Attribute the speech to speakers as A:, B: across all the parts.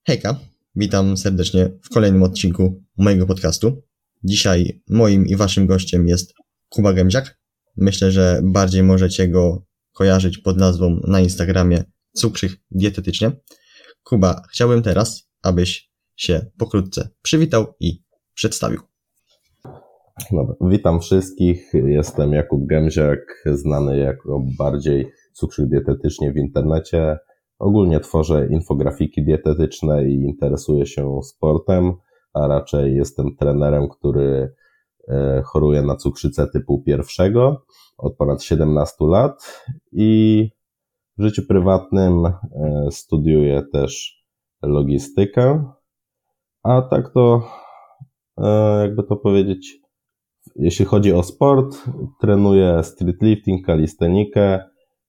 A: Hejka, witam serdecznie w kolejnym odcinku mojego podcastu. Dzisiaj moim i waszym gościem jest Kuba Gębziak. Myślę, że bardziej możecie go kojarzyć pod nazwą na Instagramie Cukrzyk Dietetycznie. Kuba, chciałbym teraz, abyś się pokrótce przywitał i przedstawił.
B: Dobra. Witam wszystkich, jestem Jakub Gębziak, znany jako bardziej Cukrzyk Dietetycznie w internecie. Ogólnie tworzę infografiki dietetyczne i interesuję się sportem, a raczej jestem trenerem, który choruje na cukrzycę typu 1 od ponad 17 lat i w życiu prywatnym studiuję też logistykę, a tak to jakby to powiedzieć, jeśli chodzi o sport, trenuję streetlifting, kalistenikę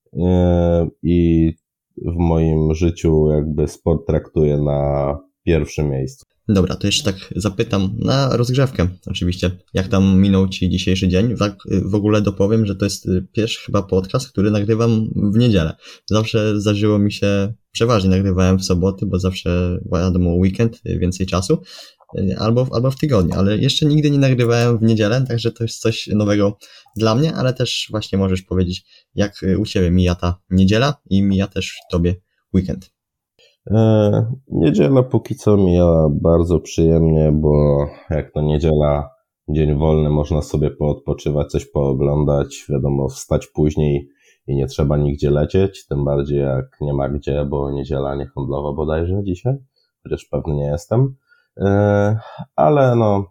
B: i w moim życiu jakby sport traktuję na pierwszym miejscu.
A: Dobra, to jeszcze tak zapytam na rozgrzewkę oczywiście, jak tam minął Ci dzisiejszy dzień. Tak w ogóle dopowiem, że to jest pierwszy chyba podcast, który nagrywam w niedzielę. Zawsze zdarzyło mi się, przeważnie nagrywałem w soboty, bo zawsze wiadomo weekend, więcej czasu, albo w tygodniu, ale jeszcze nigdy nie nagrywałem w niedzielę, także to jest coś nowego dla mnie, ale też właśnie możesz powiedzieć, jak u Ciebie mija ta niedziela i mija też Tobie weekend.
B: Niedziela póki co mija bardzo przyjemnie, bo jak to niedziela, dzień wolny, można sobie poodpoczywać, coś pooglądać, wiadomo, wstać później i nie trzeba nigdzie lecieć, tym bardziej jak nie ma gdzie, bo niedziela niehandlowa bodajże dzisiaj, chociaż pewny nie jestem, ale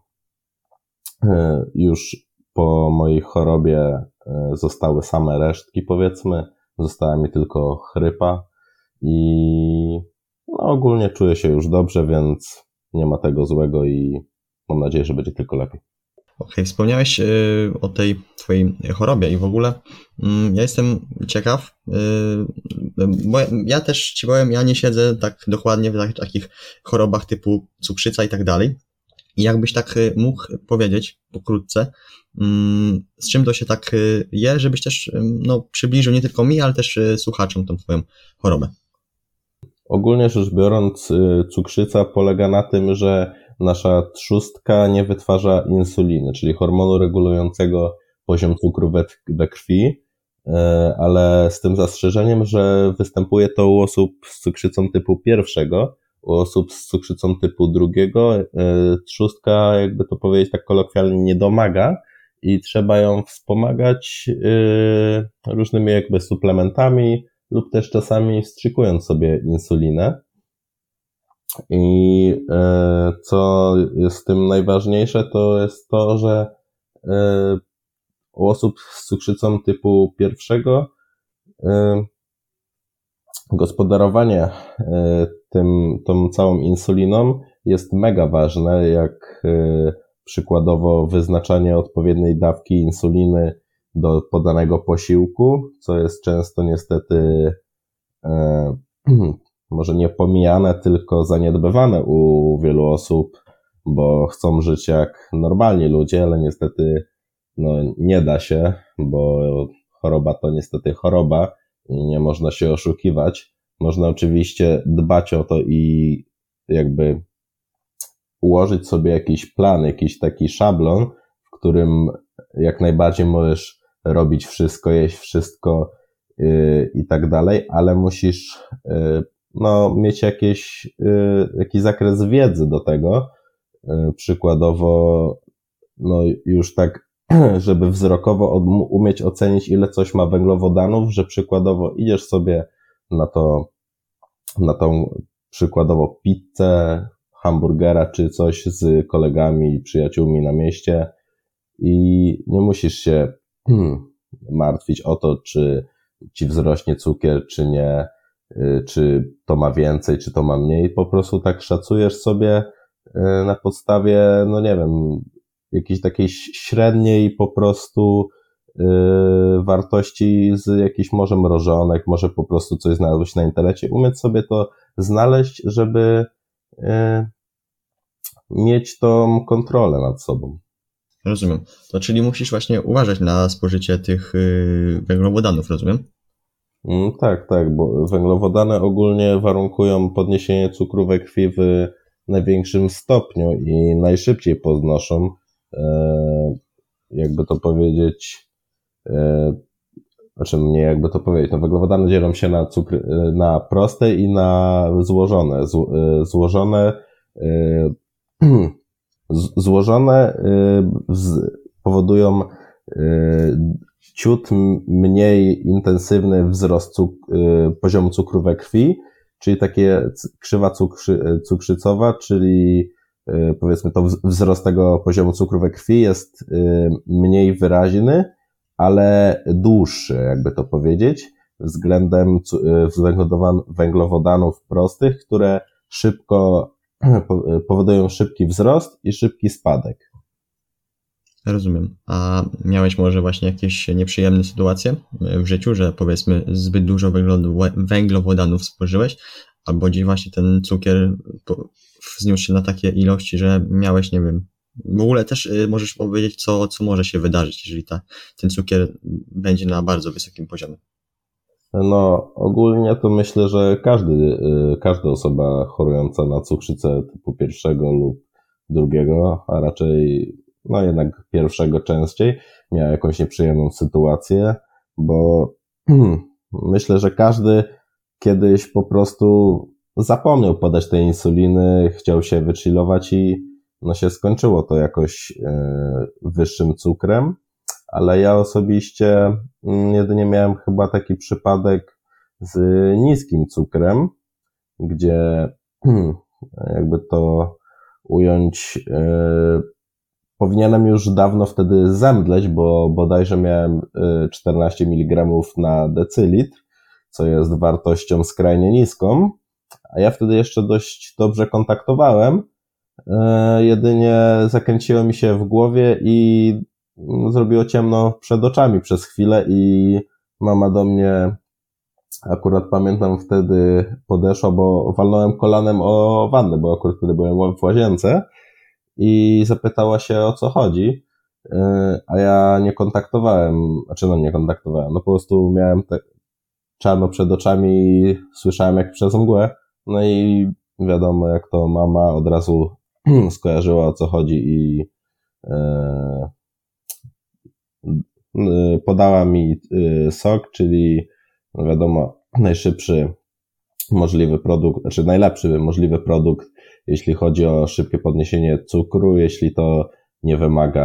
B: już po mojej chorobie zostały same resztki, powiedzmy, została mi tylko chrypa i ogólnie czuję się już dobrze, więc nie ma tego złego i mam nadzieję, że będzie tylko lepiej.
A: Okej, wspomniałeś o tej twojej chorobie i w ogóle ja jestem ciekaw, bo ja też ci powiem, ja nie siedzę tak dokładnie w takich chorobach typu cukrzyca i tak dalej. I jakbyś tak mógł powiedzieć pokrótce, z czym to się tak je, żebyś też przybliżył nie tylko mi, ale też słuchaczom tą twoją chorobę.
B: Ogólnie rzecz biorąc, cukrzyca polega na tym, że nasza trzustka nie wytwarza insuliny, czyli hormonu regulującego poziom cukru we krwi, ale z tym zastrzeżeniem, że występuje to u osób z cukrzycą typu 1, u osób z cukrzycą typu 2 trzustka, jakby to powiedzieć tak kolokwialnie, nie domaga i trzeba ją wspomagać różnymi jakby suplementami lub też czasami wstrzykując sobie insulinę. I co jest w tym najważniejsze, to jest to, że u osób z cukrzycą typu 1 gospodarowanie tą całą insuliną jest mega ważne, jak przykładowo wyznaczanie odpowiedniej dawki insuliny do podanego posiłku, co jest często niestety może nie pomijane, tylko zaniedbywane u wielu osób, bo chcą żyć jak normalni ludzie, ale niestety nie da się, bo choroba to niestety choroba i nie można się oszukiwać. Można oczywiście dbać o to i jakby ułożyć sobie jakiś plan, jakiś taki szablon, w którym jak najbardziej możesz robić wszystko, jeść wszystko i tak dalej, ale musisz mieć jakiś zakres wiedzy do tego. Przykładowo już tak, żeby wzrokowo umieć ocenić, ile coś ma węglowodanów, że przykładowo idziesz sobie na tą przykładowo pizzę, hamburgera czy coś z kolegami, przyjaciółmi na mieście i nie musisz się martwić o to, czy ci wzrośnie cukier, czy nie, czy to ma więcej, czy to ma mniej. Po prostu tak szacujesz sobie na podstawie, nie wiem, jakiejś takiej średniej po prostu wartości z jakichś może mrożonek, może po prostu coś znalazłeś na internecie. Umieć sobie to znaleźć, żeby mieć tą kontrolę nad sobą.
A: Rozumiem. To czyli musisz właśnie uważać na spożycie tych węglowodanów, rozumiem?
B: Tak, bo węglowodany ogólnie warunkują podniesienie cukru we krwi w największym stopniu i najszybciej podnoszą, jakby to powiedzieć, nie jakby to powiedzieć, no węglowodany dzielą się na cukry, na proste i na złożone. Złożone powodują ciut mniej intensywny wzrost poziomu cukru we krwi, czyli takie krzywa cukrzycowa, czyli powiedzmy to wzrost tego poziomu cukru we krwi jest mniej wyraźny, ale dłuższy, jakby to powiedzieć, względem węglowodanów prostych, które szybko powodują szybki wzrost i szybki spadek.
A: Rozumiem. A miałeś może właśnie jakieś nieprzyjemne sytuacje w życiu, że powiedzmy zbyt dużo węglowodanów spożyłeś, albo gdzieś właśnie ten cukier wzniósł się na takie ilości, że miałeś, nie wiem, w ogóle też możesz powiedzieć, co może się wydarzyć, jeżeli ten cukier będzie na bardzo wysokim poziomie.
B: No, ogólnie to myślę, że każda osoba chorująca na cukrzycę typu pierwszego lub drugiego, a raczej no jednak pierwszego częściej, miała jakąś nieprzyjemną sytuację, bo myślę, że każdy kiedyś po prostu zapomniał podać tej insuliny, chciał się wychillować i no się skończyło to jakoś wyższym cukrem, ale ja osobiście jedynie miałem chyba taki przypadek z niskim cukrem, gdzie jakby to ująć, powinienem już dawno wtedy zemdleć, bo bodajże miałem 14 mg na decylitr, co jest wartością skrajnie niską, a ja wtedy jeszcze dość dobrze kontaktowałem, jedynie zakręciło mi się w głowie i zrobiło ciemno przed oczami przez chwilę i mama do mnie, akurat pamiętam wtedy podeszła, bo walnąłem kolanem o wannę, bo akurat wtedy byłem w łazience i zapytała się, o co chodzi, a ja nie kontaktowałem, no po prostu miałem czarno przed oczami i słyszałem jak przez mgłę, no i wiadomo jak to mama od razu skojarzyła, o co chodzi i podała mi sok, czyli no wiadomo najszybszy możliwy produkt, znaczy najlepszy możliwy produkt, jeśli chodzi o szybkie podniesienie cukru, jeśli to nie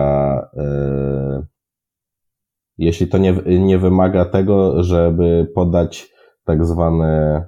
B: wymaga tego, żeby podać tak zwane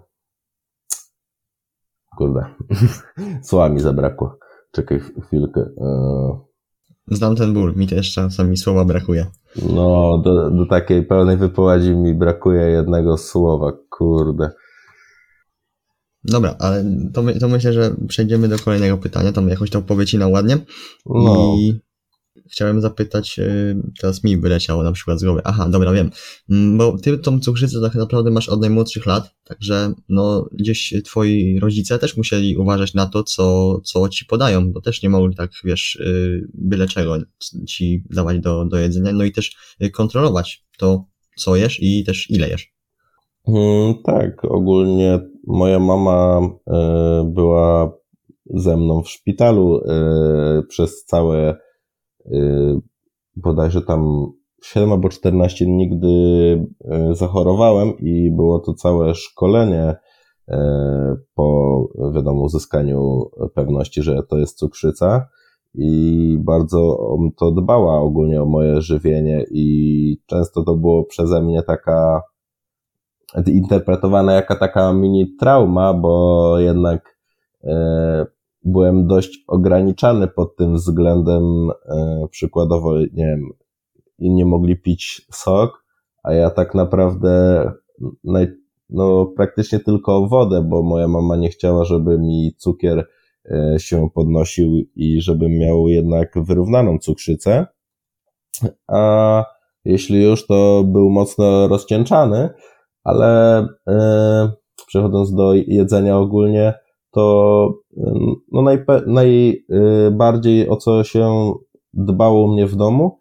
B: słowa mi zabrakło. Czekaj chwilkę.
A: Znam ten ból, mi też czasami słowa brakuje.
B: No, do takiej pełnej wypowiedzi mi brakuje jednego słowa, kurde.
A: Dobra, ale to myślę, że przejdziemy do kolejnego pytania, tam jakoś to powycinał ładnie.
B: No.
A: I chciałem zapytać, teraz mi wyleciało na przykład z głowy. Aha, dobra, wiem. Bo ty tą cukrzycę tak naprawdę masz od najmłodszych lat, także no gdzieś twoi rodzice też musieli uważać na to, co ci podają, bo też nie mogli tak, wiesz, byle czego ci dawać do jedzenia, no i też kontrolować to, co jesz i też ile jesz.
B: Tak, ogólnie moja mama była ze mną w szpitalu przez całe bodajże tam 7 albo 14 dni, gdy zachorowałem i było to całe szkolenie po wiadomo uzyskaniu pewności, że to jest cukrzyca i bardzo to dbała ogólnie o moje żywienie i często to było przeze mnie interpretowane jako taka mini trauma, bo jednak byłem dość ograniczany pod tym względem, przykładowo, nie wiem, inni mogli pić sok, a ja tak naprawdę praktycznie tylko wodę, bo moja mama nie chciała, żeby mi cukier się podnosił i żebym miał jednak wyrównaną cukrzycę, a jeśli już, to był mocno rozcieńczany, ale przechodząc do jedzenia ogólnie, to no najbardziej o co się dbało u mnie w domu,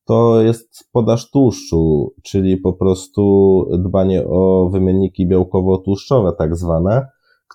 B: to jest podaż tłuszczu, czyli po prostu dbanie o wymienniki białkowo-tłuszczowe tak zwane,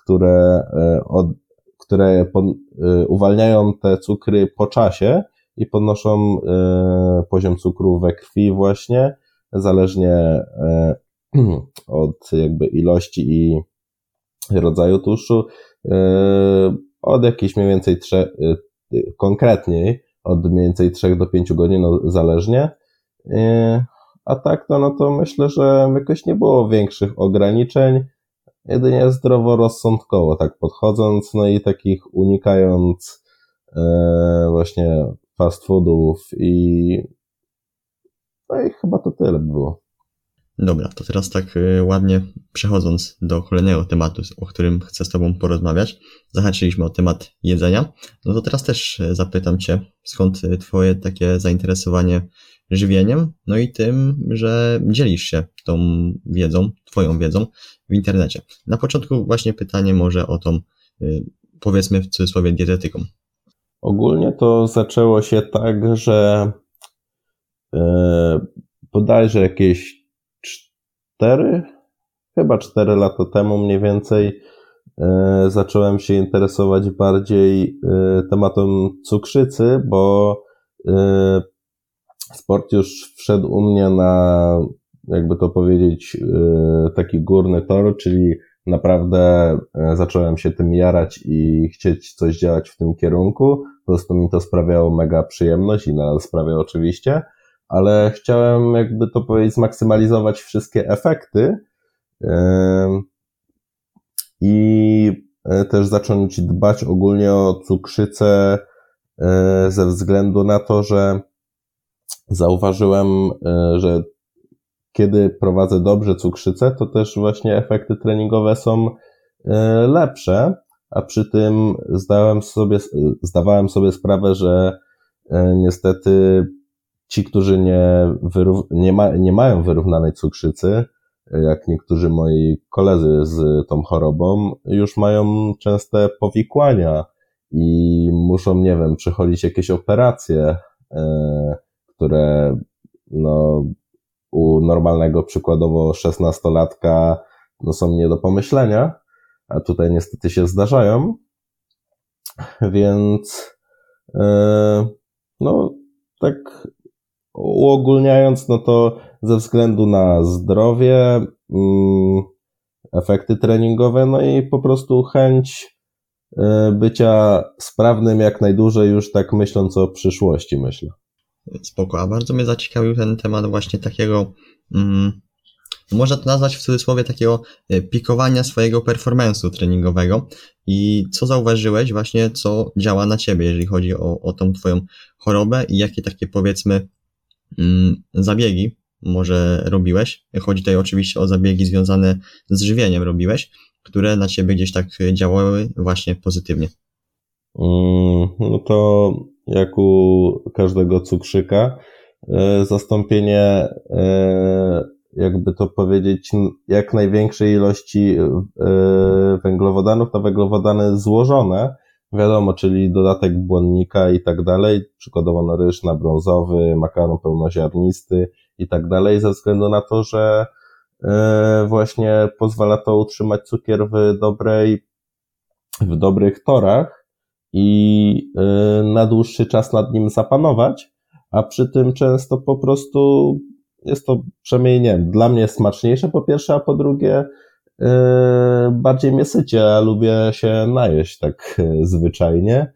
B: które uwalniają te cukry po czasie i podnoszą poziom cukru we krwi właśnie, zależnie od jakby ilości i rodzaju tłuszczu, od jakichś mniej więcej konkretniej od mniej więcej 3 do 5 godzin, no zależnie. A tak no to myślę, że jakoś nie było większych ograniczeń, jedynie zdroworozsądkowo tak podchodząc, no i takich unikając właśnie fast foodów no i chyba to tyle by było.
A: Dobra, to teraz tak ładnie przechodząc do kolejnego tematu, o którym chcę z Tobą porozmawiać. Zahaczyliśmy o temat jedzenia. No to teraz też zapytam Cię, skąd Twoje takie zainteresowanie żywieniem, no i tym, że dzielisz się tą wiedzą, Twoją wiedzą w internecie. Na początku właśnie pytanie może o tą, powiedzmy w cudzysłowie, dietetyką.
B: Ogólnie to zaczęło się tak, że bodajże jakieś 4 lata temu mniej więcej zacząłem się interesować bardziej tematem cukrzycy, bo sport już wszedł u mnie na, jakby to powiedzieć, taki górny tor, czyli naprawdę zacząłem się tym jarać i chcieć coś działać w tym kierunku. Po prostu mi to sprawiało mega przyjemność i nadal sprawia oczywiście, ale chciałem, jakby to powiedzieć, zmaksymalizować wszystkie efekty i też zacząć dbać ogólnie o cukrzycę ze względu na to, że zauważyłem, że kiedy prowadzę dobrze cukrzycę, to też właśnie efekty treningowe są lepsze, a przy tym zdawałem sobie sprawę, że niestety ci, którzy nie mają wyrównanej cukrzycy, jak niektórzy moi koledzy z tą chorobą, już mają częste powikłania i muszą, nie wiem, przechodzić jakieś operacje, które no u normalnego przykładowo 16-latka no są nie do pomyślenia, a tutaj niestety się zdarzają, więc no tak uogólniając, no to ze względu na zdrowie, efekty treningowe, no i po prostu chęć bycia sprawnym jak najdłużej, już tak myśląc o przyszłości, myślę.
A: Spoko, a bardzo mnie zaciekawił ten temat właśnie takiego, można to nazwać w cudzysłowie takiego pikowania swojego performance'u treningowego i co zauważyłeś właśnie, co działa na Ciebie, jeżeli chodzi o tą Twoją chorobę i jakie takie powiedzmy zabiegi może robiłeś. Chodzi tutaj oczywiście o zabiegi związane z żywieniem robiłeś, które na Ciebie gdzieś tak działały właśnie pozytywnie.
B: No to jak u każdego cukrzyka, zastąpienie, jakby to powiedzieć, jak największej ilości węglowodanów na węglowodany złożone, wiadomo, czyli dodatek błonnika i tak dalej, przykładowo no ryż na brązowy, makaron pełnoziarnisty i tak dalej, ze względu na to, że właśnie pozwala to utrzymać cukier w dobrych torach i na dłuższy czas nad nim zapanować, a przy tym często po prostu jest to przynajmniej, nie wiem, dla mnie smaczniejsze po pierwsze, a po drugie bardziej mnie syci, a lubię się najeść tak zwyczajnie.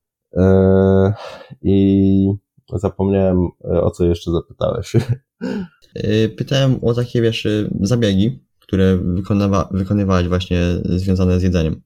B: I zapomniałem, o co jeszcze zapytałeś.
A: Pytałem o takie, wiesz, zabiegi, które wykonywałeś właśnie związane z jedzeniem.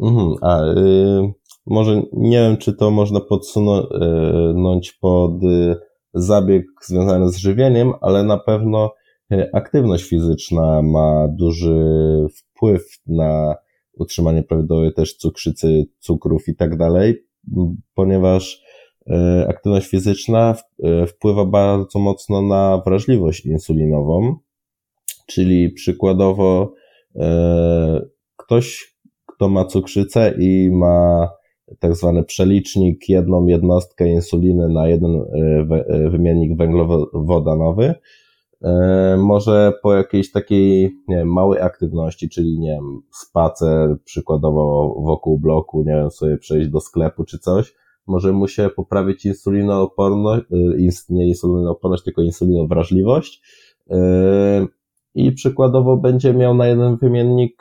B: Może nie wiem, czy to można podsunąć pod zabieg związany z żywieniem, ale na pewno aktywność fizyczna ma duży wpływ na utrzymanie prawidłowej też cukrzycy, cukrów i tak dalej, ponieważ aktywność fizyczna wpływa bardzo mocno na wrażliwość insulinową, czyli przykładowo ktoś, kto ma cukrzycę i ma tak zwany przelicznik, jedną jednostkę insuliny na jeden wymiennik węglowodanowy. Może po jakiejś takiej, nie wiem, małej aktywności, czyli nie wiem, spacer przykładowo wokół bloku, nie wiem, sobie przejść do sklepu czy coś, może mu się poprawić insulinooporność, nie insulinooporność, tylko insulinowrażliwość i przykładowo będzie miał na jeden wymiennik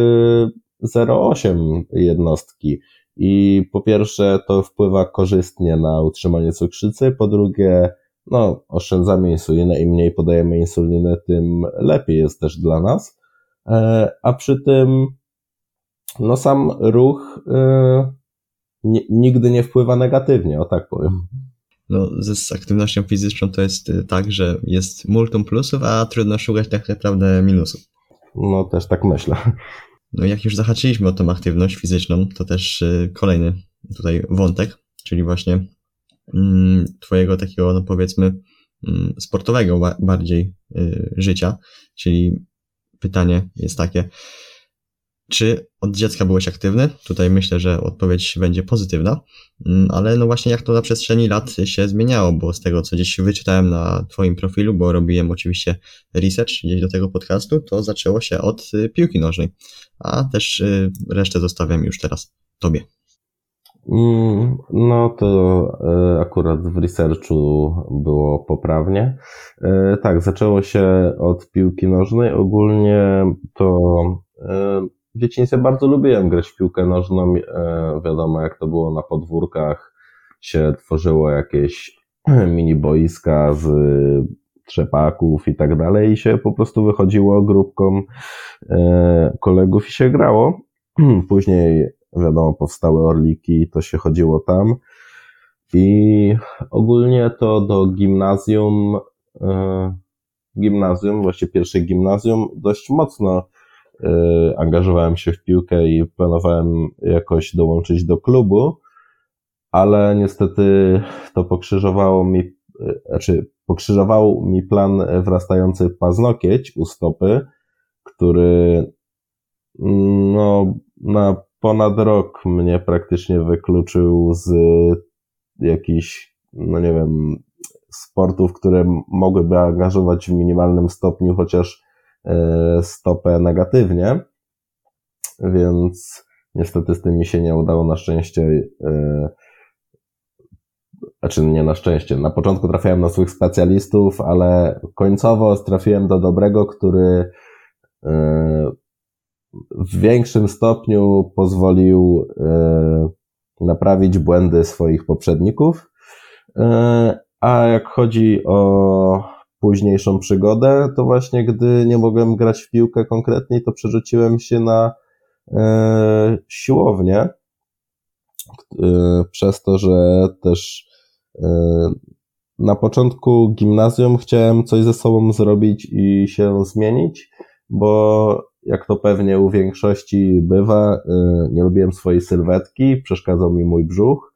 B: 0,8 jednostki. I po pierwsze to wpływa korzystnie na utrzymanie cukrzycy, po drugie oszczędzamy insulinę, im mniej podajemy insuliny, tym lepiej jest też dla nas, a przy tym sam ruch nigdy nie wpływa negatywnie, o tak powiem.
A: Z aktywnością fizyczną to jest tak, że jest multum plusów, a trudno szukać tak naprawdę minusów.
B: Też tak myślę.
A: Jak już zahaczyliśmy o tą aktywność fizyczną, to też kolejny tutaj wątek, czyli właśnie twojego takiego, powiedzmy, sportowego bardziej życia, czyli pytanie jest takie, czy od dziecka byłeś aktywny? Tutaj myślę, że odpowiedź będzie pozytywna, ale właśnie jak to na przestrzeni lat się zmieniało, bo z tego, co gdzieś wyczytałem na twoim profilu, bo robiłem oczywiście research gdzieś do tego podcastu, to zaczęło się od piłki nożnej, a też resztę zostawiam już teraz tobie.
B: To akurat w researchu było poprawnie. Tak, zaczęło się od piłki nożnej. Ogólnie to w dzieciństwie bardzo lubiłem grać w piłkę nożną. Wiadomo, jak to było na podwórkach, się tworzyło jakieś mini boiska z trzepaków i tak dalej i się po prostu wychodziło grupką kolegów i się grało. Później wiadomo, powstały Orliki, to się chodziło tam i ogólnie to do gimnazjum, właściwie pierwsze gimnazjum, dość mocno angażowałem się w piłkę i planowałem jakoś dołączyć do klubu, ale niestety to pokrzyżował mi plan wrastający paznokieć u stopy, który na ponad rok mnie praktycznie wykluczył z jakichś, sportów, które mogłyby angażować w minimalnym stopniu chociaż stopę negatywnie, więc niestety z tym mi się nie udało, na szczęście, nie na szczęście, na początku trafiałem na złych specjalistów, ale końcowo trafiłem do dobrego, który w większym stopniu pozwolił naprawić błędy swoich poprzedników, a jak chodzi o późniejszą przygodę, to właśnie gdy nie mogłem grać w piłkę konkretnie, to przerzuciłem się na siłownię, przez to, że też na początku gimnazjum chciałem coś ze sobą zrobić i się zmienić, bo jak to pewnie u większości bywa, nie lubiłem swojej sylwetki, przeszkadzał mi mój brzuch,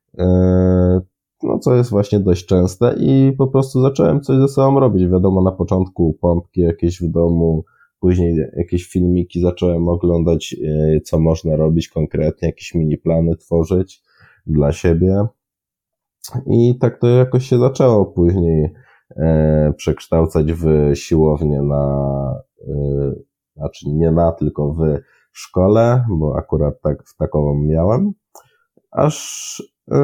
B: co jest właśnie dość częste i po prostu zacząłem coś ze sobą robić. Wiadomo, na początku pompki jakieś w domu, później jakieś filmiki zacząłem oglądać, co można robić konkretnie, jakieś mini plany tworzyć dla siebie i tak to jakoś się zaczęło później przekształcać w siłownię tylko w szkole, bo akurat takową miałem, aż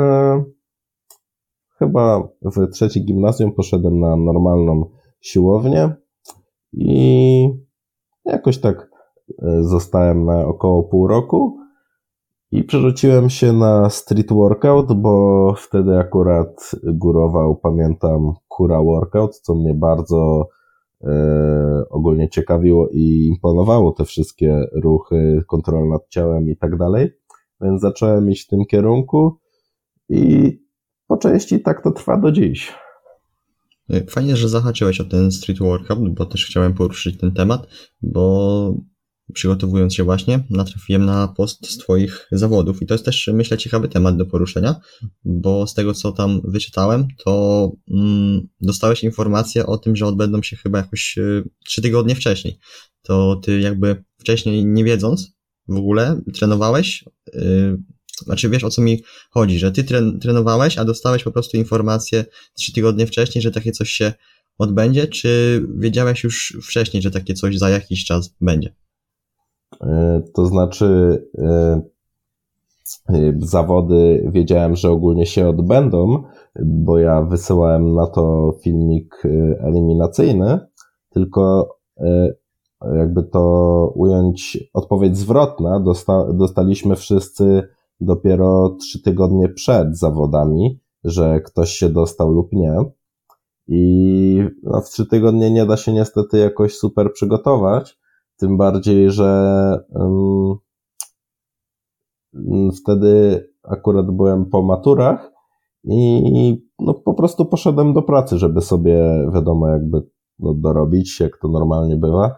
B: chyba w trzecim gimnazjum poszedłem na normalną siłownię i jakoś tak zostałem na około pół roku i przerzuciłem się na street workout, bo wtedy akurat górował, pamiętam, Kura Workout, co mnie bardzo ogólnie ciekawiło i imponowało, te wszystkie ruchy, kontrola nad ciałem i tak dalej, więc zacząłem iść w tym kierunku i po części tak to trwa do dziś.
A: Fajnie, że zahaczyłeś o ten street workout, bo też chciałem poruszyć ten temat, bo przygotowując się właśnie, natrafiłem na post z twoich zawodów i to jest też, myślę, ciekawy temat do poruszenia, bo z tego, co tam wyczytałem, to dostałeś informację o tym, że odbędą się chyba jakoś 3 tygodnie wcześniej. To ty jakby wcześniej, nie wiedząc w ogóle, trenowałeś znaczy wiesz o co mi chodzi, że ty trenowałeś, a dostałeś po prostu informację 3 tygodnie wcześniej, że takie coś się odbędzie, czy wiedziałeś już wcześniej, że takie coś za jakiś czas będzie?
B: To znaczy zawody wiedziałem, że ogólnie się odbędą, bo ja wysyłałem na to filmik eliminacyjny, tylko jakby to ująć odpowiedź zwrotna, dostaliśmy wszyscy dopiero 3 tygodnie przed zawodami, że ktoś się dostał lub nie. I w 3 tygodnie nie da się niestety jakoś super przygotować, tym bardziej, że wtedy akurat byłem po maturach i po prostu poszedłem do pracy, żeby sobie, wiadomo, jakby dorobić, jak to normalnie bywa.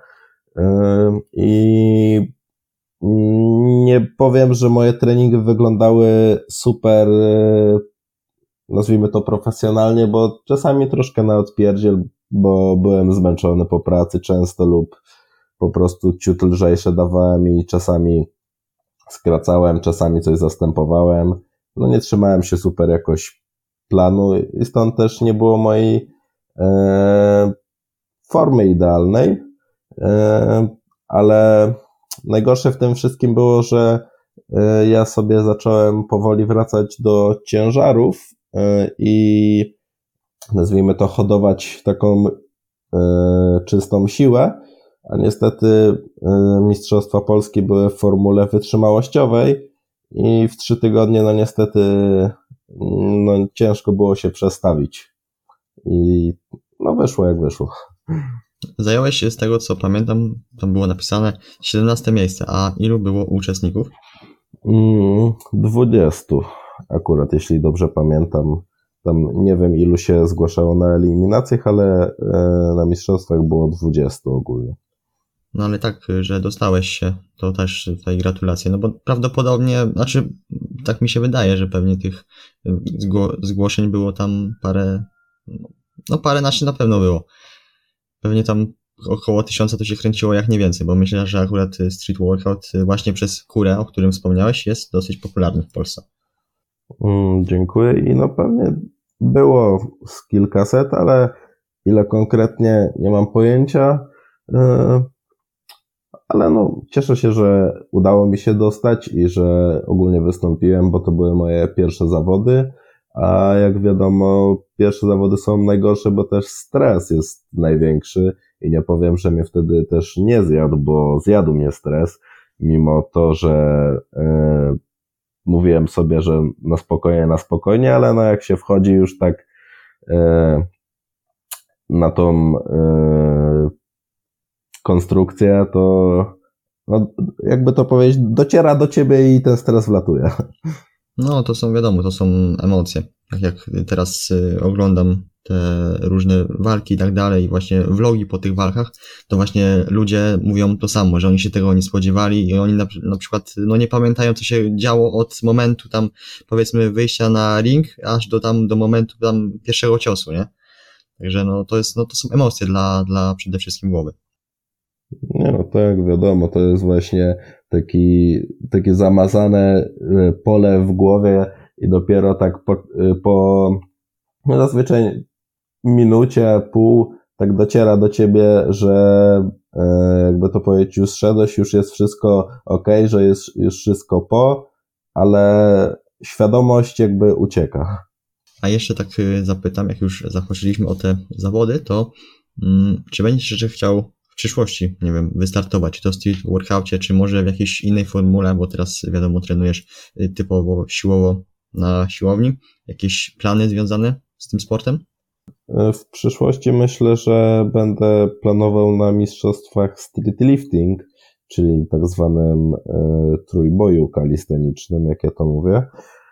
B: I nie powiem, że moje treningi wyglądały super, nazwijmy to profesjonalnie, bo czasami troszkę na odpierdziel, bo byłem zmęczony po pracy często lub po prostu ciut lżejsze dawałem i czasami skracałem, czasami coś zastępowałem. Nie trzymałem się super jakoś planu i stąd też nie było mojej formy idealnej, ale najgorsze w tym wszystkim było, że ja sobie zacząłem powoli wracać do ciężarów i nazwijmy to hodować taką czystą siłę, a niestety Mistrzostwa Polski były w formule wytrzymałościowej i w 3 tygodnie niestety ciężko było się przestawić i wyszło jak wyszło.
A: Zająłeś się, z tego co pamiętam, tam było napisane 17 miejsce, a ilu było uczestników?
B: 20 akurat, jeśli dobrze pamiętam. Tam nie wiem ilu się zgłaszało na eliminacjach, ale na mistrzostwach było 20 ogólnie.
A: No ale tak, że dostałeś się, to też tutaj gratulacje, no bo prawdopodobnie, znaczy tak mi się wydaje, że pewnie tych zgłoszeń było tam paręnaście na pewno było. Pewnie tam około 1000 to się kręciło jak nie więcej, bo myślę, że akurat street workout właśnie przez Kurę, o którym wspomniałeś, jest dosyć popularny w Polsce.
B: Dziękuję i pewnie było z kilkaset, ale ile konkretnie nie mam pojęcia, ale cieszę się, że udało mi się dostać i że ogólnie wystąpiłem, bo to były moje pierwsze zawody, a jak wiadomo pierwsze zawody są najgorsze, bo też stres jest największy i nie powiem, że mnie wtedy też nie zjadł, bo zjadł mnie stres, mimo to, że mówiłem sobie, że na spokojnie, ale jak się wchodzi już tak na tą konstrukcję, to jakby to powiedzieć, dociera do ciebie i ten stres wlatuje.
A: No to są, wiadomo, to są emocje. Tak jak teraz oglądam te różne walki i tak dalej, właśnie vlogi po tych walkach, to właśnie ludzie mówią to samo, że oni się tego nie spodziewali i oni na przykład nie pamiętają, co się działo od momentu tam, powiedzmy, wyjścia na ring, aż do momentu tam pierwszego ciosu, nie? Także to są emocje dla przede wszystkim głowy.
B: Nie, tak, wiadomo, to jest właśnie takie zamazane pole w głowie i dopiero tak po zazwyczaj minucie, pół, tak dociera do ciebie, że jakby to powiedzieć, już szedłeś, już jest wszystko okej, że jest już wszystko ale świadomość jakby ucieka.
A: A jeszcze tak zapytam, jak już zahaczyliśmy o te zawody, to czy będziesz jeszcze chciał w przyszłości, nie wiem, wystartować, czy to w street workoutie, czy może w jakiejś innej formule, bo teraz wiadomo trenujesz typowo siłowo na siłowni, jakieś plany związane z tym sportem?
B: W przyszłości myślę, że będę planował na mistrzostwach street lifting, czyli tak zwanym trójboju kalistenicznym, jak ja to mówię,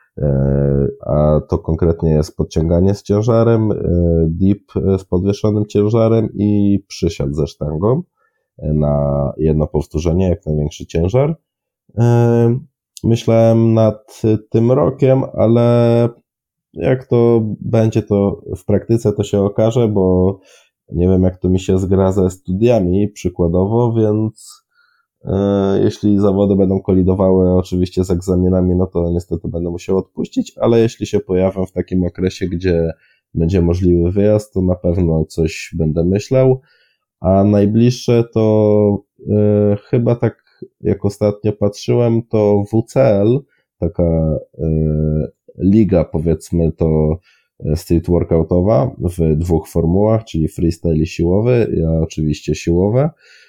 B: a to konkretnie jest podciąganie z ciężarem, dip z podwieszonym ciężarem i przysiad ze sztangą na jedno powtórzenie, jak największy ciężar. Myślałem nad tym rokiem, ale jak to będzie, to w praktyce to się okaże, bo nie wiem, jak to mi się zgra ze studiami przykładowo, więc Jeśli zawody będą kolidowały oczywiście z egzaminami, no to niestety będę musiał odpuścić, ale jeśli się pojawią w takim okresie, gdzie będzie możliwy wyjazd, to na pewno coś będę myślał, a najbliższe to chyba tak jak ostatnio patrzyłem, to WCL, taka liga powiedzmy to street workoutowa w 2 formułach, czyli freestyle i siłowy, ja oczywiście siłowe.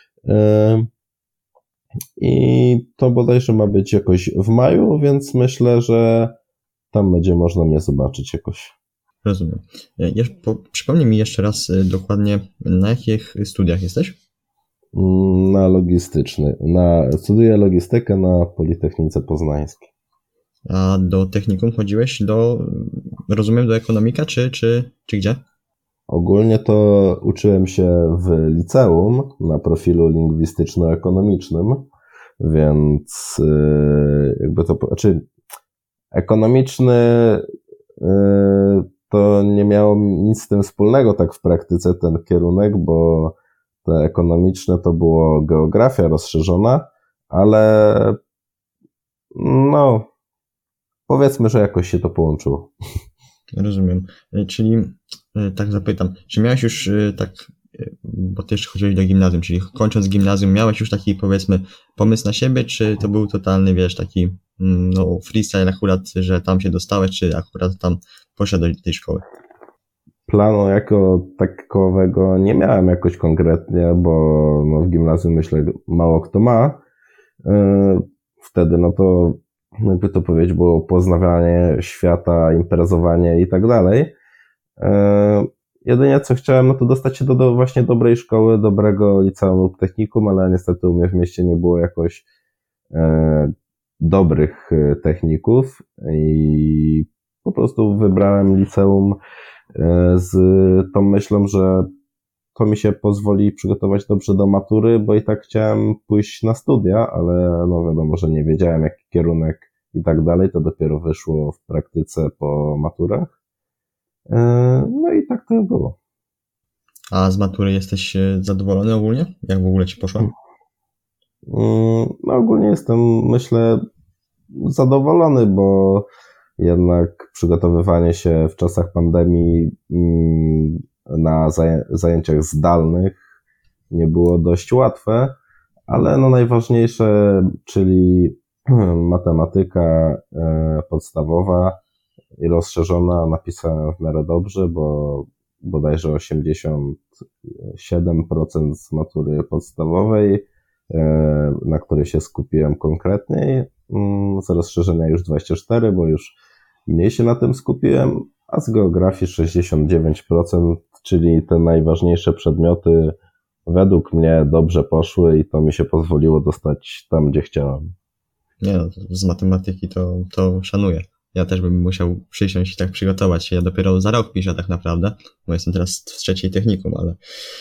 B: I to bodajże ma być jakoś w maju, więc myślę, że tam będzie można mnie zobaczyć jakoś.
A: Rozumiem. Przypomnij mi jeszcze raz dokładnie, na jakich studiach jesteś?
B: Na logistyczny. Studiuję logistykę na Politechnice Poznańskiej.
A: A do technikum chodziłeś rozumiem, do ekonomika, czy gdzie?
B: Ogólnie to uczyłem się w liceum na profilu lingwistyczno-ekonomicznym, więc jakby to, znaczy ekonomiczny to nie miało nic z tym wspólnego tak w praktyce ten kierunek, bo te ekonomiczne to było geografia rozszerzona, ale no powiedzmy, że jakoś się to połączyło.
A: Rozumiem. Czyli tak zapytam, czy miałeś już tak, bo ty jeszcze chodziłeś do gimnazjum, czyli kończąc gimnazjum miałeś już taki powiedzmy pomysł na siebie, czy to był totalny, taki freestyle akurat, że tam się dostałeś, czy akurat tam poszedłeś do tej szkoły?
B: Planu jako takowego nie miałem jakoś konkretnie, bo w gimnazjum myślę mało kto ma. Wtedy to jakby to powiedzieć było poznawanie świata, imprezowanie i tak dalej. Jedynie co chciałem, to dostać się do właśnie dobrej szkoły, dobrego liceum lub technikum, ale niestety u mnie w mieście nie było jakoś dobrych techników i po prostu wybrałem liceum z tą myślą, że to mi się pozwoli przygotować dobrze do matury, bo i tak chciałem pójść na studia, ale wiadomo, że nie wiedziałem jaki kierunek i tak dalej, to dopiero wyszło w praktyce po maturach. No i tak to było.
A: A z matury jesteś zadowolony ogólnie? Jak w ogóle ci poszło?
B: Ogólnie jestem, myślę, zadowolony, bo jednak przygotowywanie się w czasach pandemii na zajęciach zdalnych nie było dość łatwe, ale najważniejsze, czyli matematyka podstawowa i rozszerzona napisałem w miarę dobrze, bo bodajże 87% z matury podstawowej, na której się skupiłem konkretniej, z rozszerzenia już 24%, bo już mniej się na tym skupiłem, a z geografii 69%, czyli te najważniejsze przedmioty według mnie dobrze poszły i to mi się pozwoliło dostać tam, gdzie chciałem.
A: Nie z matematyki to szanuję. Ja też bym musiał przysiąść i tak przygotować się. Ja dopiero za rok piszę tak naprawdę, bo jestem teraz w 3. technikum, ale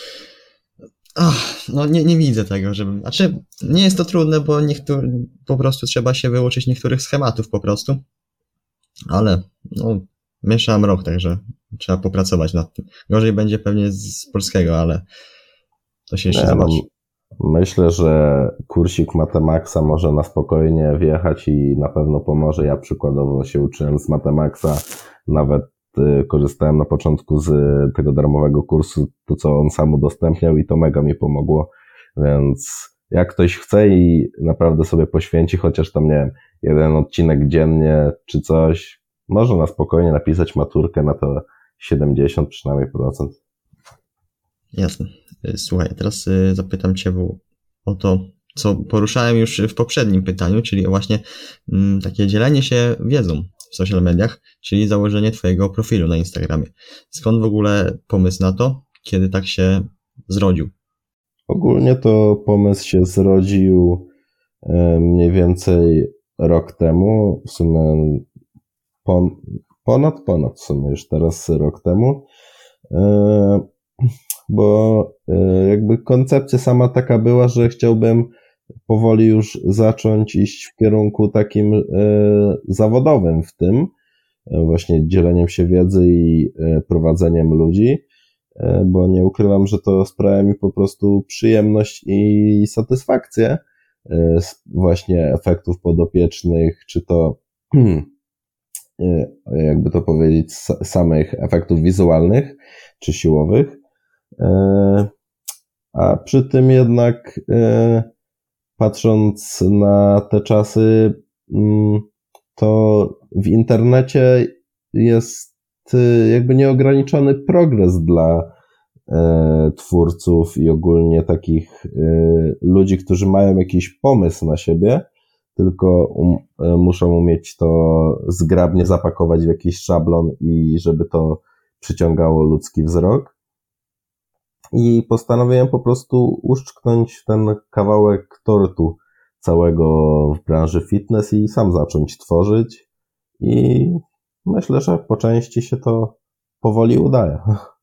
A: nie widzę tego, nie jest to trudne, bo po prostu trzeba się wyuczyć niektórych schematów po prostu, ale mieszałem rok, także trzeba popracować nad tym. Gorzej będzie pewnie z polskiego, ale to się jeszcze zobaczy.
B: Myślę, że kursik Matemaxa może na spokojnie wjechać i na pewno pomoże. Ja przykładowo się uczyłem z Matemaxa, nawet korzystałem na początku z tego darmowego kursu, to co on sam udostępniał i to mega mi pomogło, więc jak ktoś chce i naprawdę sobie poświęci chociaż tam, nie wiem, 1 odcinek dziennie czy coś, może na spokojnie napisać maturkę na to 70 przynajmniej procent.
A: Jasne. Słuchaj, teraz zapytam Cię o to, co poruszałem już w poprzednim pytaniu, czyli właśnie takie dzielenie się wiedzą w social mediach, czyli założenie Twojego profilu na Instagramie. Skąd w ogóle pomysł na to? Kiedy tak się zrodził?
B: Ogólnie to pomysł się zrodził mniej więcej rok temu, w sumie ponad w sumie już teraz rok temu, bo jakby koncepcja sama taka była, że chciałbym powoli już zacząć iść w kierunku takim zawodowym w tym, właśnie dzieleniem się wiedzy i prowadzeniem ludzi, bo nie ukrywam, że to sprawia mi po prostu przyjemność i satysfakcję, właśnie efektów podopiecznych, czy to jakby to powiedzieć, samych efektów wizualnych czy siłowych. A przy tym jednak patrząc na te czasy, to w internecie jest jakby nieograniczony progres dla twórców i ogólnie takich ludzi, którzy mają jakiś pomysł na siebie, tylko muszą umieć to zgrabnie zapakować w jakiś szablon i żeby to przyciągało ludzki wzrok. I postanowiłem po prostu uszczknąć ten kawałek tortu całego w branży fitness i sam zacząć tworzyć. I myślę, że po części się to powoli udaje.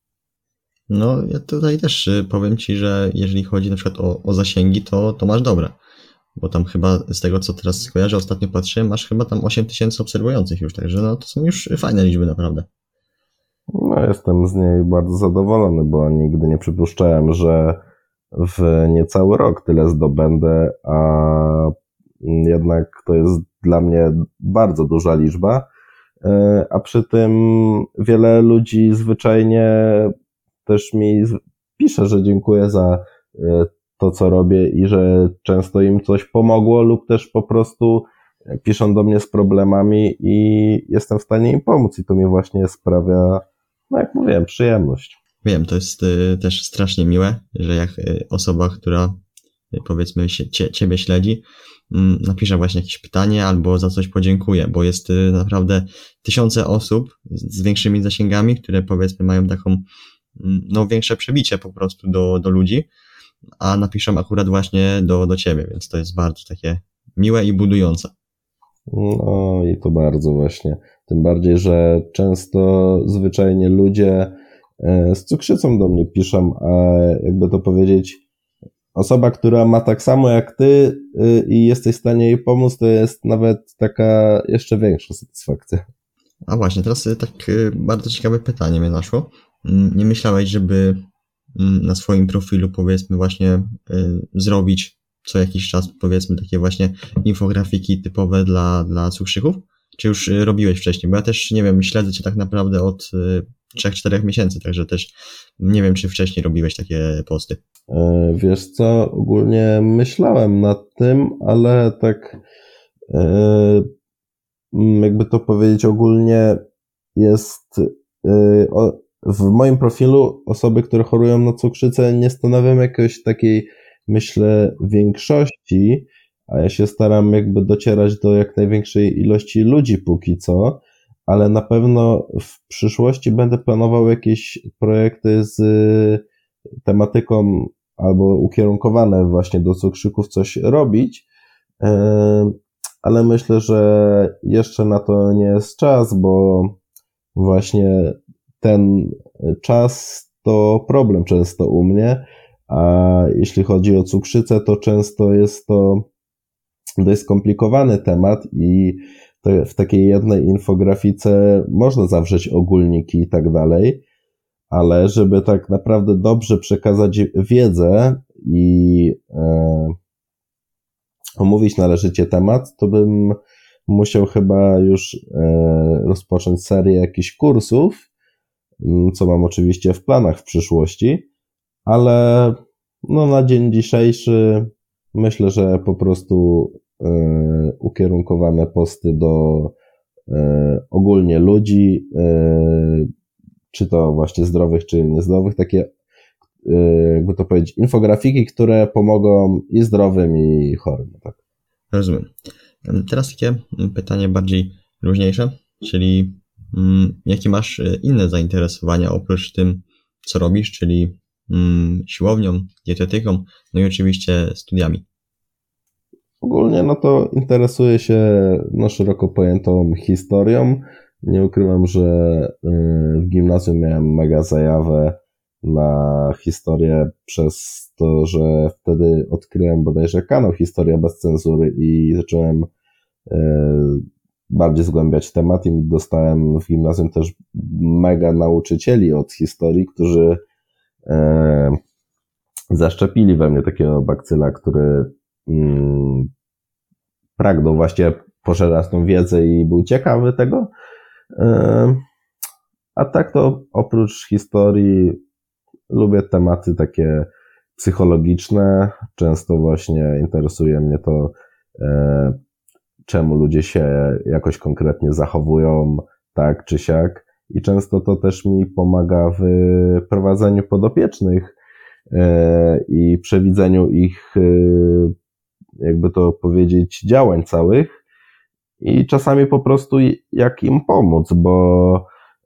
A: No, ja tutaj też powiem Ci, że jeżeli chodzi na przykład o zasięgi, to masz dobre. Bo tam chyba z tego, co teraz skojarzę, ostatnio patrzyłem, masz chyba tam 8000 obserwujących już, także no to są już fajne liczby naprawdę.
B: No, jestem z niej bardzo zadowolony, bo nigdy nie przypuszczałem, że w niecały rok tyle zdobędę, a jednak to jest dla mnie bardzo duża liczba, a przy tym wiele ludzi zwyczajnie też mi pisze, że dziękuję za to, co robię i że często im coś pomogło lub też po prostu piszą do mnie z problemami i jestem w stanie im pomóc i to mi właśnie sprawia, no jak mówiłem, przyjemność.
A: Wiem, to jest też strasznie miłe, że jak osoba, która powiedzmy Ciebie śledzi, napisze właśnie jakieś pytanie albo za coś podziękuję, bo jest naprawdę tysiące osób z większymi zasięgami, które powiedzmy mają taką no większe przebicie po prostu do ludzi, a napiszą akurat właśnie do Ciebie, więc to jest bardzo takie miłe i budujące.
B: No i to bardzo właśnie. Tym bardziej, że często zwyczajnie ludzie z cukrzycą do mnie piszą, a jakby to powiedzieć, osoba, która ma tak samo jak ty i jesteś w stanie jej pomóc, to jest nawet taka jeszcze większa satysfakcja.
A: A właśnie, teraz tak bardzo ciekawe pytanie mnie naszło. Nie myślałeś, żeby na swoim profilu powiedzmy właśnie zrobić co jakiś czas powiedzmy takie właśnie infografiki typowe dla cukrzyków? Czy już robiłeś wcześniej? Bo ja też nie wiem, śledzę Cię tak naprawdę od 3-4 miesięcy, także też nie wiem, czy wcześniej robiłeś takie posty.
B: Wiesz co, ogólnie myślałem nad tym, ale tak jakby to powiedzieć, ogólnie jest w moim profilu osoby, które chorują na cukrzycę nie stanowią jakiejś takiej, myślę, większości, a ja się staram jakby docierać do jak największej ilości ludzi póki co, ale na pewno w przyszłości będę planował jakieś projekty z tematyką albo ukierunkowane właśnie do cukrzyków coś robić, ale myślę, że jeszcze na to nie jest czas, bo właśnie ten czas to problem często u mnie, a jeśli chodzi o cukrzycę, to często jest to dość skomplikowany temat i w takiej jednej infografice można zawrzeć ogólniki i tak dalej, ale żeby tak naprawdę dobrze przekazać wiedzę i omówić należycie temat, to bym musiał chyba już rozpocząć serię jakichś kursów, co mam oczywiście w planach w przyszłości, ale no na dzień dzisiejszy myślę, że po prostu ukierunkowane posty do ogólnie ludzi, czy to właśnie zdrowych, czy niezdrowych, takie jakby to powiedzieć, infografiki, które pomogą i zdrowym, i chorym. Tak.
A: Rozumiem. Teraz takie pytanie bardziej luźniejsze, czyli jakie masz inne zainteresowania oprócz tym, co robisz, czyli siłownią, dietetyką, no i oczywiście studiami.
B: Ogólnie no to interesuję się szeroko pojętą historią. Nie ukrywam, że w gimnazjum miałem mega zajawę na historię przez to, że wtedy odkryłem bodajże kanał Historia bez cenzury i zacząłem bardziej zgłębiać temat i dostałem w gimnazjum też mega nauczycieli od historii, którzy zaszczepili we mnie takiego bakcyla, który pragnął właśnie poszerzać tą wiedzę i był ciekawy tego. A tak to oprócz historii lubię tematy takie psychologiczne. Często właśnie interesuje mnie to, czemu ludzie się jakoś konkretnie zachowują tak czy siak. I często to też mi pomaga w prowadzeniu podopiecznych i przewidzeniu ich, jakby to powiedzieć, działań całych. I czasami po prostu jak im pomóc, bo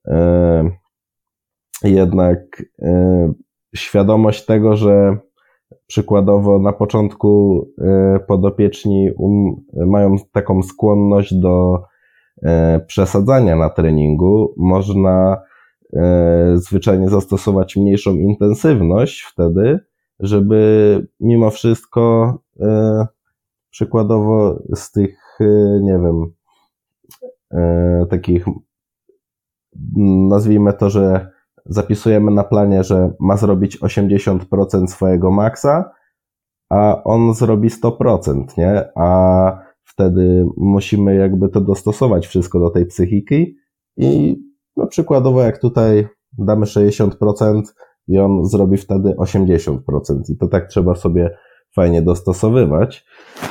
B: jednak świadomość tego, że przykładowo na początku podopieczni mają taką skłonność do przesadzania na treningu, można zwyczajnie zastosować mniejszą intensywność wtedy, żeby mimo wszystko przykładowo z tych, nie wiem, takich, nazwijmy to, że zapisujemy na planie, że ma zrobić 80% swojego maksa, a on zrobi 100%, nie? A wtedy musimy jakby to dostosować wszystko do tej psychiki i no przykładowo jak tutaj damy 60% i on zrobi wtedy 80% i to tak trzeba sobie fajnie dostosowywać.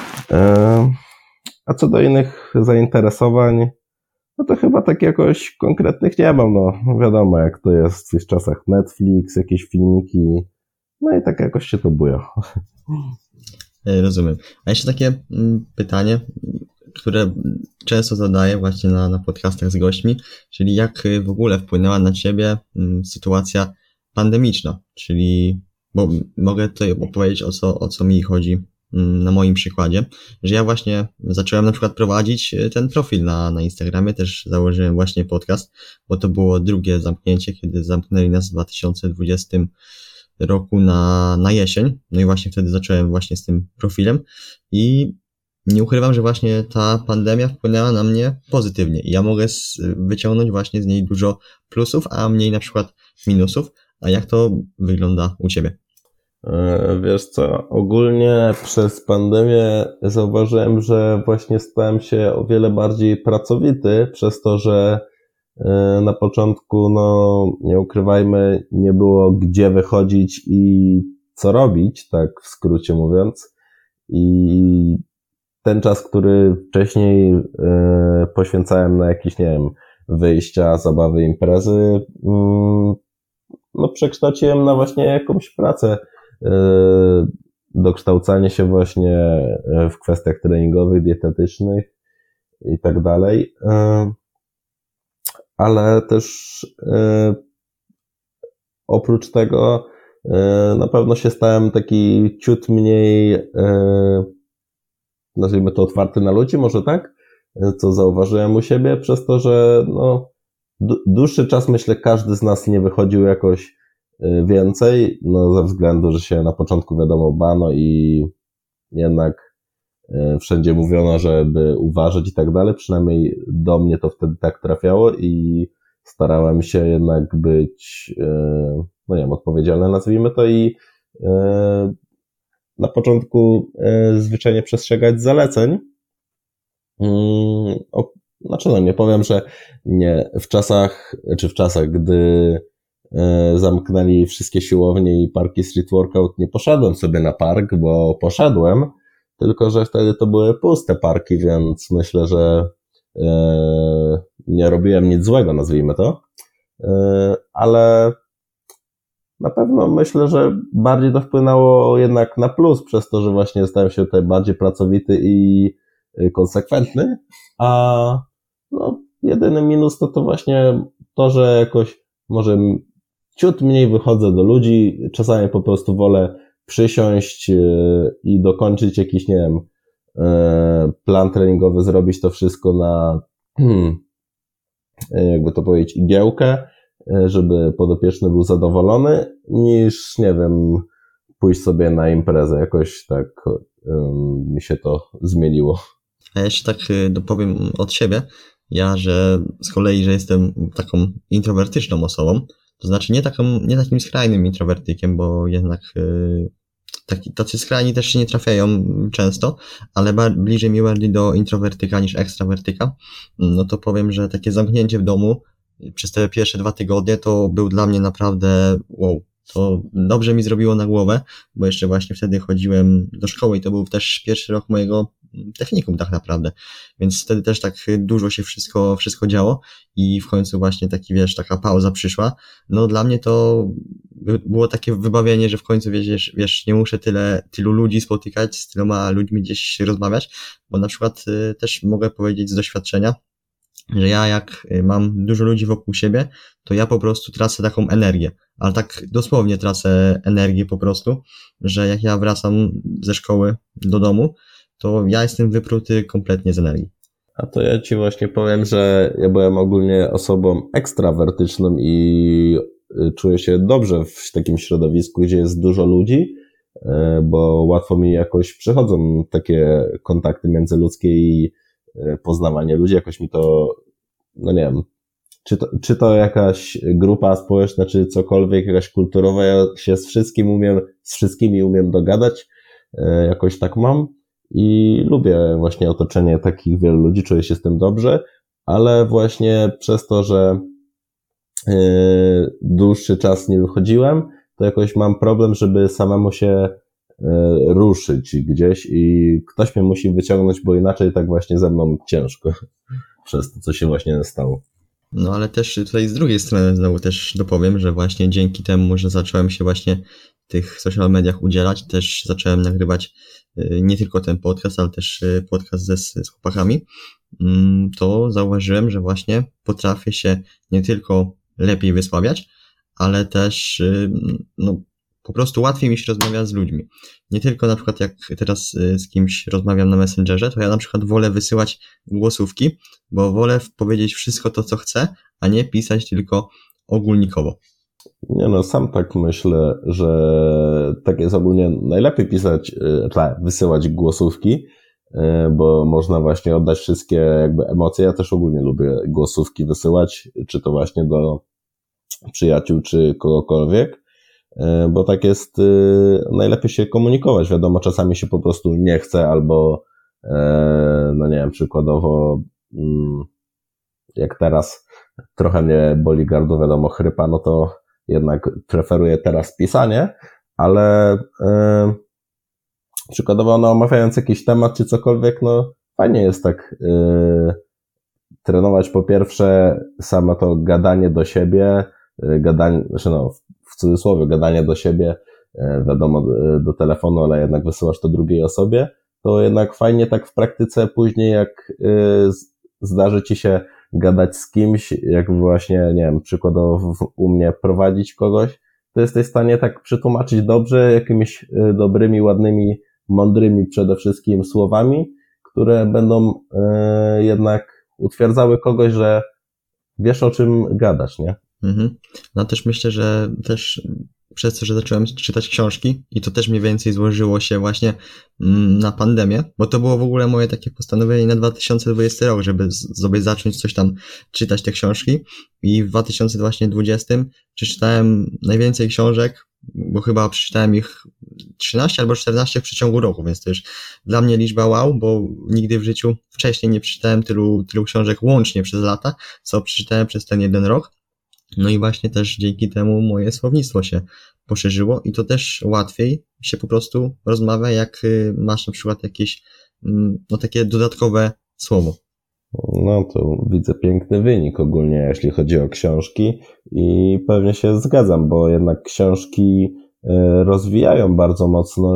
B: A co do innych zainteresowań, no to chyba tak jakoś konkretnych nie mam, no wiadomo jak to jest w tych czasach, Netflix, jakieś filmiki, no i tak jakoś się to buja.
A: Rozumiem. A jeszcze takie pytanie, które często zadaję właśnie na podcastach z gośćmi, czyli jak w ogóle wpłynęła na Ciebie sytuacja pandemiczna, czyli, bo mogę tutaj opowiedzieć o co mi chodzi na moim przykładzie, że ja właśnie zacząłem na przykład prowadzić ten profil na Instagramie, też założyłem właśnie podcast, bo to było drugie zamknięcie, kiedy zamknęli nas w 2020 roku na jesień, no i właśnie wtedy zacząłem właśnie z tym profilem i nie ukrywam, że właśnie ta pandemia wpłynęła na mnie pozytywnie i ja mogę wyciągnąć właśnie z niej dużo plusów, a mniej na przykład minusów. A jak to wygląda u Ciebie?
B: Wiesz co, ogólnie przez pandemię zauważyłem, że właśnie stałem się o wiele bardziej pracowity przez to, że na początku, no nie ukrywajmy, nie było gdzie wychodzić i co robić, tak w skrócie mówiąc. I ten czas, który wcześniej poświęcałem na jakieś, nie wiem, wyjścia, zabawy, imprezy, no przekształciłem na właśnie jakąś pracę, dokształcanie się właśnie w kwestiach treningowych, dietetycznych i tak dalej. Ale też oprócz tego na pewno się stałem taki ciut mniej, nazwijmy to, otwarty na ludzi, może tak? Co zauważyłem u siebie, przez to, że no, dłuższy czas, myślę, każdy z nas nie wychodził jakoś więcej, no ze względu, że się na początku wiadomo bano i jednak wszędzie mówiono, żeby uważać i tak dalej, przynajmniej do mnie to wtedy tak trafiało i starałem się jednak być, no nie wiem, odpowiedzialny, nazwijmy to, i na początku zwyczajnie przestrzegać zaleceń. Znaczy no nie powiem, że nie w czasach, gdy zamknęli wszystkie siłownie i parki street workout, nie poszedłem sobie na park, bo poszedłem, tylko że wtedy to były puste parki, więc myślę, że nie robiłem nic złego, nazwijmy to, ale na pewno myślę, że bardziej to wpłynęło jednak na plus, przez to, że właśnie stałem się tutaj bardziej pracowity i konsekwentny, a no, jedyny minus to właśnie to, że jakoś może ciut mniej wychodzę do ludzi, czasami po prostu wolę przysiąść i dokończyć jakiś, nie wiem, plan treningowy, zrobić to wszystko na, jakby to powiedzieć, igiełkę, żeby podopieczny był zadowolony, niż, nie wiem, pójść sobie na imprezę. Jakoś tak mi się to zmieniło.
A: A ja jeszcze tak dopowiem od siebie, ja, że z kolei, że jestem taką introwertyczną osobą, to znaczy nie takim skrajnym introwertykiem, bo jednak tacy skrajni też się nie trafiają często, ale bliżej mi bardziej do introwertyka niż ekstrawertyka, no to powiem, że takie zamknięcie w domu przez te pierwsze 2 tygodnie to był dla mnie naprawdę wow. To dobrze mi zrobiło na głowę, bo jeszcze właśnie wtedy chodziłem do szkoły i to był też pierwszy rok mojego technikum tak naprawdę, więc wtedy też tak dużo się wszystko działo i w końcu właśnie taka pauza przyszła. No dla mnie to było takie wybawienie, że w końcu wiesz, nie muszę tylu ludzi spotykać, z tyloma ludźmi gdzieś rozmawiać, bo na przykład też mogę powiedzieć z doświadczenia, że ja jak mam dużo ludzi wokół siebie, to ja po prostu tracę taką energię, ale tak dosłownie tracę energię po prostu, że jak ja wracam ze szkoły do domu, to ja jestem wypruty kompletnie z energii.
B: A to ja ci właśnie powiem, że ja byłem ogólnie osobą ekstrawertyczną i czuję się dobrze w takim środowisku, gdzie jest dużo ludzi, bo łatwo mi jakoś przychodzą takie kontakty międzyludzkie i poznawanie ludzi, jakoś mi to, no nie wiem, czy to jakaś grupa społeczna, czy cokolwiek, jakaś kulturowa, ja się z wszystkimi umiem dogadać, jakoś tak mam i lubię właśnie otoczenie takich wielu ludzi, czuję się z tym dobrze, ale właśnie przez to, że dłuższy czas nie wychodziłem, to jakoś mam problem, żeby samemu się ruszyć gdzieś i ktoś mnie musi wyciągnąć, bo inaczej tak właśnie ze mną ciężko przez to, co się właśnie stało.
A: No ale też tutaj z drugiej strony znowu też dopowiem, że właśnie dzięki temu, że zacząłem się właśnie w tych social mediach udzielać, też zacząłem nagrywać nie tylko ten podcast, ale też podcast z chłopakami, to zauważyłem, że właśnie potrafię się nie tylko lepiej wysławiać, ale też no po prostu łatwiej mi się rozmawia z ludźmi. Nie tylko na przykład jak teraz z kimś rozmawiam na Messengerze, to ja na przykład wolę wysyłać głosówki, bo wolę powiedzieć wszystko to, co chcę, a nie pisać tylko ogólnikowo.
B: Nie no, sam tak myślę, że tak jest ogólnie najlepiej wysyłać głosówki, bo można właśnie oddać wszystkie jakby emocje. Ja też ogólnie lubię głosówki wysyłać, czy to właśnie do przyjaciół, czy kogokolwiek, bo tak jest najlepiej się komunikować. Wiadomo, czasami się po prostu nie chce, albo no nie wiem, przykładowo jak teraz trochę mnie boli gardło, wiadomo, chrypa, no to jednak preferuję teraz pisanie, ale przykładowo no, omawiając jakiś temat czy cokolwiek, no fajnie jest tak trenować po pierwsze samo to gadanie do siebie, w cudzysłowie gadanie do siebie, wiadomo, do telefonu, ale jednak wysyłasz to drugiej osobie, to jednak fajnie tak w praktyce później, jak zdarzy ci się gadać z kimś, jak właśnie, nie wiem, przykładowo u mnie prowadzić kogoś, to jesteś w stanie tak przetłumaczyć dobrze, jakimiś dobrymi, ładnymi, mądrymi przede wszystkim słowami, które będą jednak utwierdzały kogoś, że wiesz, o czym gadasz, nie?
A: Mhm. No też myślę, że też przez to, że zacząłem czytać książki i to też mniej więcej złożyło się właśnie na pandemię, bo to było w ogóle moje takie postanowienie na 2020 rok, żeby sobie zacząć coś tam czytać te książki i w 2020 przeczytałem najwięcej książek, bo chyba przeczytałem ich 13 albo 14 w przeciągu roku, więc to już dla mnie liczba wow, bo nigdy w życiu wcześniej nie przeczytałem tylu książek łącznie przez lata, co przeczytałem przez ten 1 rok. No i właśnie też dzięki temu moje słownictwo się poszerzyło i to też łatwiej się po prostu rozmawia, jak masz na przykład jakieś no takie dodatkowe słowo.
B: No to widzę piękny wynik ogólnie, jeśli chodzi o książki i pewnie się zgadzam, bo jednak książki rozwijają bardzo mocno,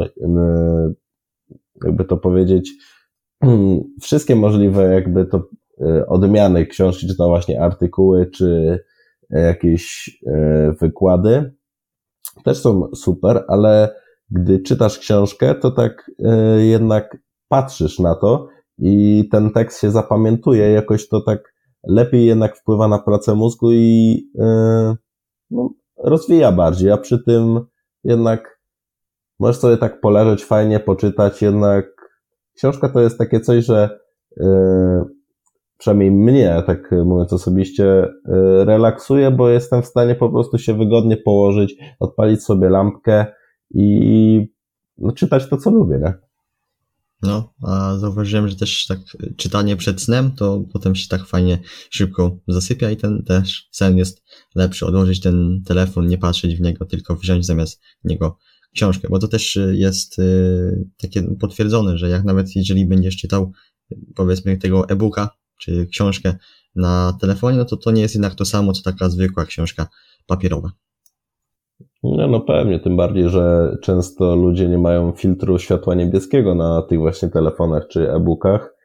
B: jakby to powiedzieć, wszystkie możliwe jakby to odmiany książki, czy to właśnie artykuły, czy jakieś wykłady, też są super, ale gdy czytasz książkę, to tak jednak patrzysz na to i ten tekst się zapamiętuje, jakoś to tak lepiej jednak wpływa na pracę mózgu i no, rozwija bardziej, a przy tym jednak możesz sobie tak poleżeć, fajnie poczytać, jednak książka to jest takie coś, że przynajmniej mnie, tak mówiąc osobiście, relaksuje, bo jestem w stanie po prostu się wygodnie położyć, odpalić sobie lampkę i czytać to, co lubię, nie?
A: No, a zauważyłem, że też tak czytanie przed snem, to potem się tak fajnie szybko zasypia i ten też sen jest lepszy. Odłożyć ten telefon, nie patrzeć w niego, tylko wziąć zamiast niego książkę, bo to też jest takie potwierdzone, że jak nawet jeżeli będziesz czytał, powiedzmy, tego e-booka, czy książkę na telefonie, no to nie jest jednak to samo, co taka zwykła książka papierowa.
B: No pewnie, tym bardziej, że często ludzie nie mają filtru światła niebieskiego na tych właśnie telefonach czy e-bookach.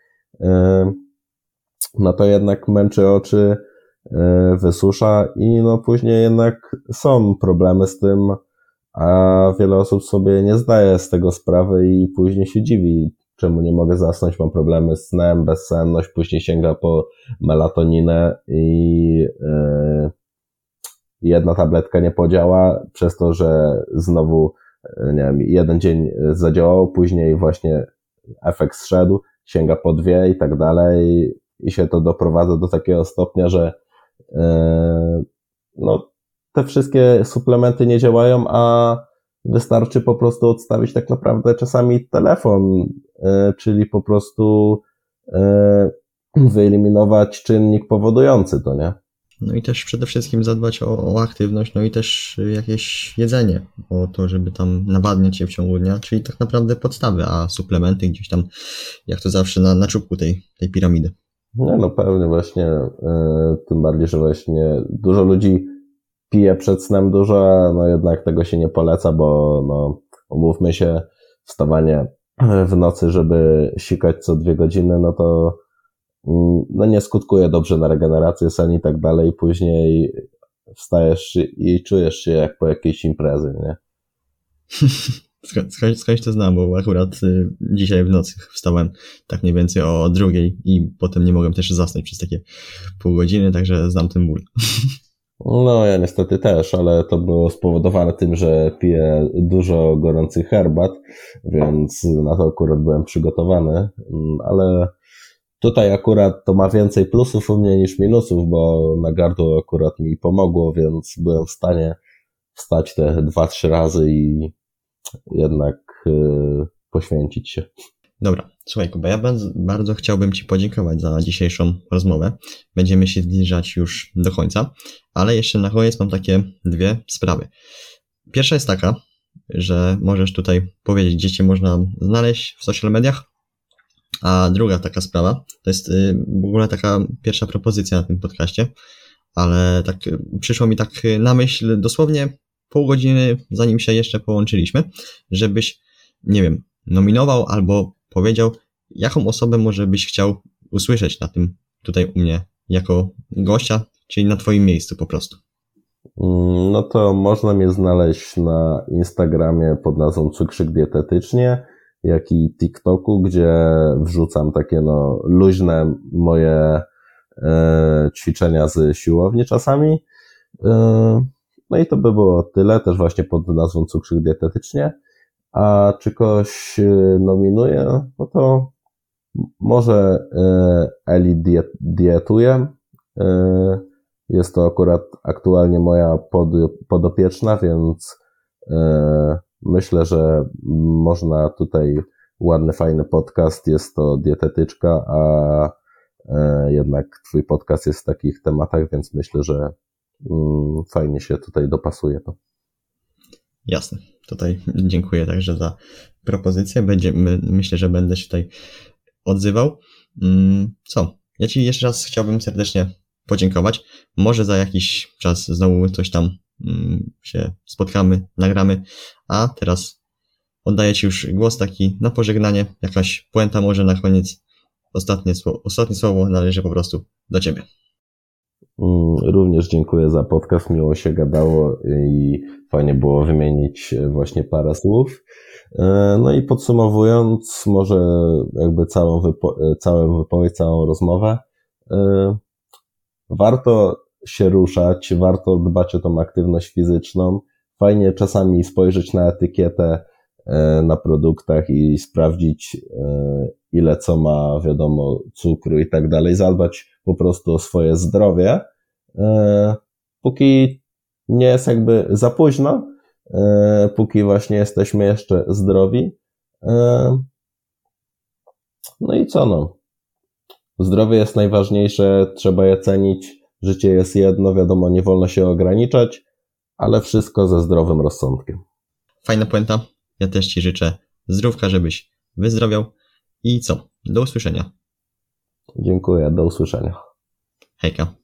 B: No to jednak męczy oczy, wysusza i no później jednak są problemy z tym, a wiele osób sobie nie zdaje z tego sprawy i później się dziwi, czemu nie mogę zasnąć, mam problemy z snem, bezsenność, później sięga po melatoninę i jedna tabletka nie podziała, przez to, że znowu, nie wiem, jeden dzień zadziałał, później właśnie efekt zszedł, sięga po dwie i tak dalej i się to doprowadza do takiego stopnia, że no te wszystkie suplementy nie działają, a wystarczy po prostu odstawić tak naprawdę czasami telefon, czyli po prostu wyeliminować czynnik powodujący to, nie?
A: No i też przede wszystkim zadbać o aktywność, no i też jakieś jedzenie, o to, żeby tam nawadniać się w ciągu dnia, czyli tak naprawdę podstawy, a suplementy gdzieś tam, jak to zawsze na czubku tej piramidy.
B: Nie, no pewnie właśnie, tym bardziej, że właśnie dużo ludzi pije przed snem dużo, a no jednak tego się nie poleca, bo no umówmy się, wstawanie w nocy, żeby sikać co 2 godziny, no to no nie skutkuje dobrze na regenerację sen i tak dalej, później wstajesz i czujesz się jak po jakiejś imprezy, nie?
A: Skądś to znam, bo akurat dzisiaj w nocy wstałem tak mniej więcej o 2 i potem nie mogłem też zasnąć przez takie pół godziny, także znam ten ból.
B: No ja niestety też, ale to było spowodowane tym, że piję dużo gorących herbat, więc na to akurat byłem przygotowany, ale tutaj akurat to ma więcej plusów u mnie niż minusów, bo na gardło akurat mi pomogło, więc byłem w stanie wstać te 2-3 razy i jednak poświęcić się.
A: Dobra, słuchaj Kuba, ja bardzo chciałbym Ci podziękować za dzisiejszą rozmowę. Będziemy się zbliżać już do końca, ale jeszcze na koniec mam takie 2 sprawy. Pierwsza jest taka, że możesz tutaj powiedzieć, gdzie Cię można znaleźć w social mediach, a druga taka sprawa, to jest w ogóle taka pierwsza propozycja na tym podcaście, ale tak przyszło mi tak na myśl dosłownie pół godziny, zanim się jeszcze połączyliśmy, żebyś, nie wiem, nominował albo powiedział, jaką osobę może byś chciał usłyszeć na tym tutaj u mnie jako gościa, czyli na Twoim miejscu po prostu.
B: No to można mnie znaleźć na Instagramie pod nazwą Cukrzyk Dietetycznie, jak i TikToku, gdzie wrzucam takie no luźne moje ćwiczenia z siłowni czasami. No i to by było tyle, też właśnie pod nazwą Cukrzyk Dietetycznie. A czy kogoś nominuję, no to może Eli dietuje. Jest to akurat aktualnie moja podopieczna, więc myślę, że można tutaj ładny, fajny podcast, jest to dietetyczka, a jednak Twój podcast jest w takich tematach, więc myślę, że fajnie się tutaj dopasuje to.
A: Jasne. Tutaj dziękuję także za propozycję. Myślę, że będę się tutaj odzywał. Co? Ja Ci jeszcze raz chciałbym serdecznie podziękować. Może za jakiś czas znowu coś tam się spotkamy, nagramy, a teraz oddaję Ci już głos taki na pożegnanie, jakaś puenta może na koniec. Ostatnie słowo należy po prostu do Ciebie.
B: Również dziękuję za podcast, miło się gadało i fajnie było wymienić właśnie parę słów. No i podsumowując może jakby całą wypowiedź, całą rozmowę, warto się ruszać, warto dbać o tą aktywność fizyczną, fajnie czasami spojrzeć na etykietę na produktach i sprawdzić ile co ma, wiadomo, cukru i tak dalej, zadbać po prostu o swoje zdrowie, póki nie jest jakby za późno, póki właśnie jesteśmy jeszcze zdrowi. No i co no? Zdrowie jest najważniejsze, trzeba je cenić. Życie jest jedno, wiadomo, nie wolno się ograniczać, ale wszystko ze zdrowym rozsądkiem.
A: Fajna puenta. Ja też Ci życzę zdrówka, żebyś wyzdrowiał. I co? Do usłyszenia.
B: Dziękuję, do usłyszenia.
A: Hejka.